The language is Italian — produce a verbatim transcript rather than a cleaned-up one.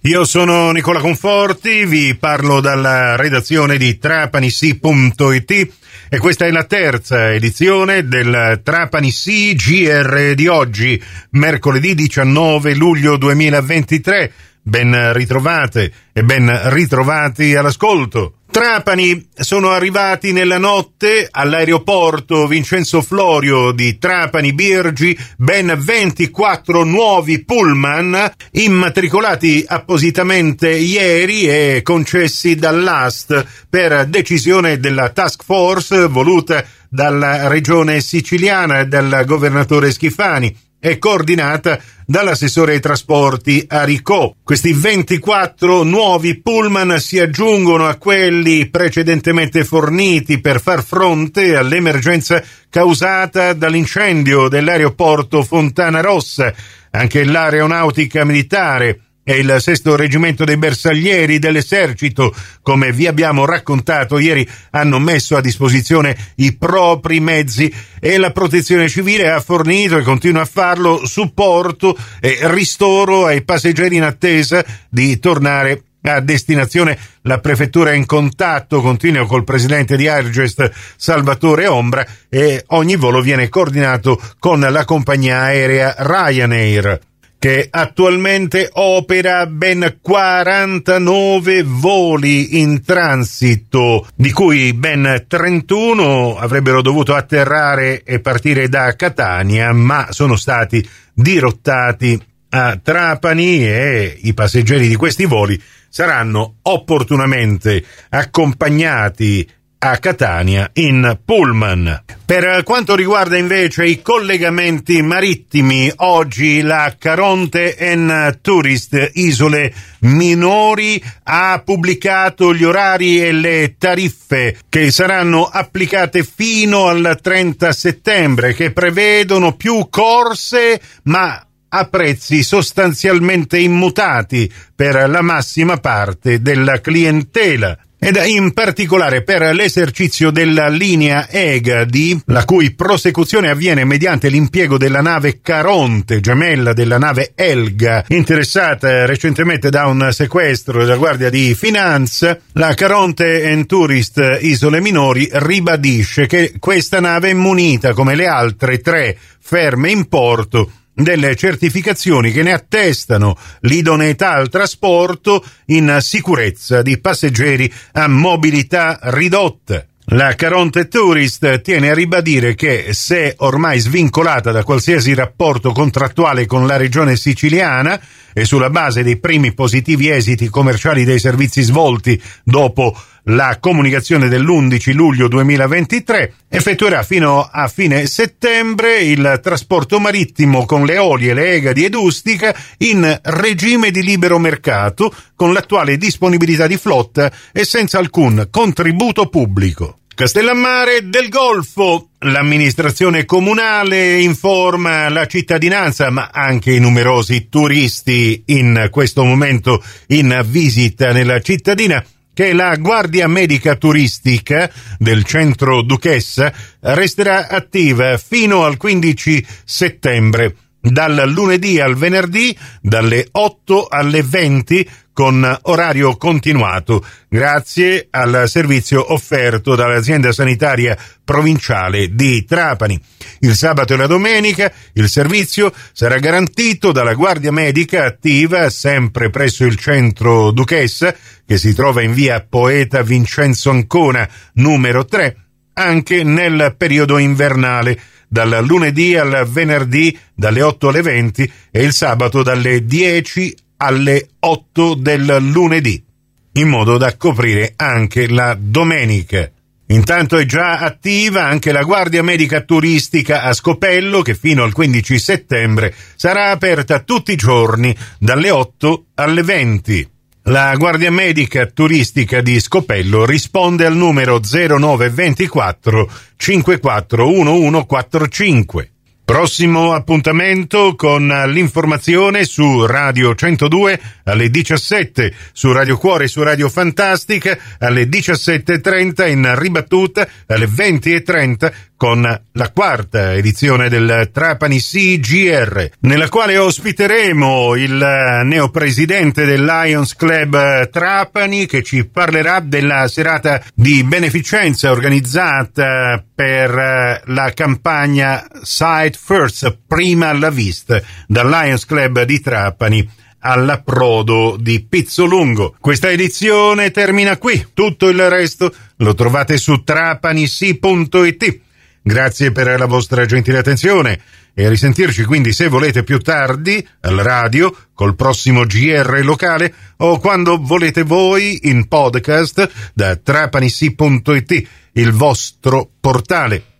Io sono Nicola Conforti, vi parlo dalla redazione di Trapani Sì punto it e questa è la terza edizione del Trapani Sì G R di oggi, mercoledì diciannove luglio duemilaventitré. Ben ritrovate e ben ritrovati all'ascolto. Trapani sono arrivati nella notte all'aeroporto Vincenzo Florio di Trapani Birgi ben ventiquattro nuovi pullman immatricolati appositamente ieri e concessi dall'A S T per decisione della task force voluta dalla regione siciliana e dal governatore Schifani e coordinata dall'assessore ai trasporti Aricò. Questi ventiquattro nuovi pullman si aggiungono a quelli precedentemente forniti per far fronte all'emergenza causata dall'incendio dell'aeroporto Fontana Rossa. Anche l'Aeronautica Militare e il sesto reggimento dei bersaglieri dell'esercito, come vi abbiamo raccontato ieri, hanno messo a disposizione i propri mezzi e la protezione civile ha fornito e continua a farlo supporto e ristoro ai passeggeri in attesa di tornare a destinazione. La prefettura è in contatto continuo col presidente di Airgest Salvatore Ombra e ogni volo viene coordinato con la compagnia aerea Ryanair, che attualmente opera ben quarantanove voli in transito, di cui ben trentuno avrebbero dovuto atterrare e partire da Catania, ma sono stati dirottati a Trapani e i passeggeri di questi voli saranno opportunamente accompagnati a Catania in pullman. Per quanto riguarda invece i collegamenti marittimi, oggi la Caronte and Tourist Isole Minori ha pubblicato gli orari e le tariffe che saranno applicate fino al trenta settembre, che prevedono più corse ma a prezzi sostanzialmente immutati per la massima parte della clientela. Ed in particolare per l'esercizio della linea Egadi, la cui prosecuzione avviene mediante l'impiego della nave Caronte, gemella della nave Elga, interessata recentemente da un sequestro della Guardia di Finanza. La Caronte and Tourist Isole Minori ribadisce che questa nave è munita, come le altre tre ferme in porto, delle certificazioni che ne attestano l'idoneità al trasporto in sicurezza di passeggeri a mobilità ridotta. La Caronte Tourist tiene a ribadire che, se ormai svincolata da qualsiasi rapporto contrattuale con la regione siciliana e sulla base dei primi positivi esiti commerciali dei servizi svolti dopo la comunicazione dell'undici luglio duemilaventitré, effettuerà fino a fine settembre il trasporto marittimo con le Eolie, le Egadi ed Ustica in regime di libero mercato, con l'attuale disponibilità di flotta e senza alcun contributo pubblico. Castellammare del Golfo. L'amministrazione comunale informa la cittadinanza, ma anche i numerosi turisti in questo momento in visita nella cittadina, che la Guardia Medica Turistica del Centro Duchessa resterà attiva fino al quindici settembre, dal lunedì al venerdì, dalle otto alle venti, con orario continuato, grazie al servizio offerto dall'azienda sanitaria provinciale di Trapani. Il sabato e la domenica il servizio sarà garantito dalla Guardia Medica attiva sempre presso il Centro Duchessa, che si trova in via Poeta Vincenzo Ancona, numero tre, anche nel periodo invernale, dal lunedì al venerdì dalle otto alle venti e il sabato dalle dieci alle otto del lunedì, in modo da coprire anche la domenica. Intanto è già attiva anche la Guardia Medica Turistica a Scopello, che fino al quindici settembre sarà aperta tutti i giorni dalle otto alle venti. La Guardia Medica Turistica di Scopello risponde al numero zero nove due quattro cinque quattro uno uno quattro cinque. Prossimo appuntamento con l'informazione su Radio centodue alle diciassette, su Radio Cuore e su Radio Fantastica alle diciassette e trenta, in ribattuta alle venti e trenta con la quarta edizione del Trapani C G R, nella quale ospiteremo il neopresidente del Lions Club Trapani, che ci parlerà della serata di beneficenza organizzata per la campagna Sight First, prima alla vista, dal Lions Club di Trapani all'approdo di Pizzolungo. Questa edizione termina qui, tutto il resto lo trovate su trapanisi punto it. Grazie per la vostra gentile attenzione e a risentirci quindi, se volete, più tardi al radio col prossimo G R locale, o quando volete voi in podcast da trapanisi punto it, il vostro portale.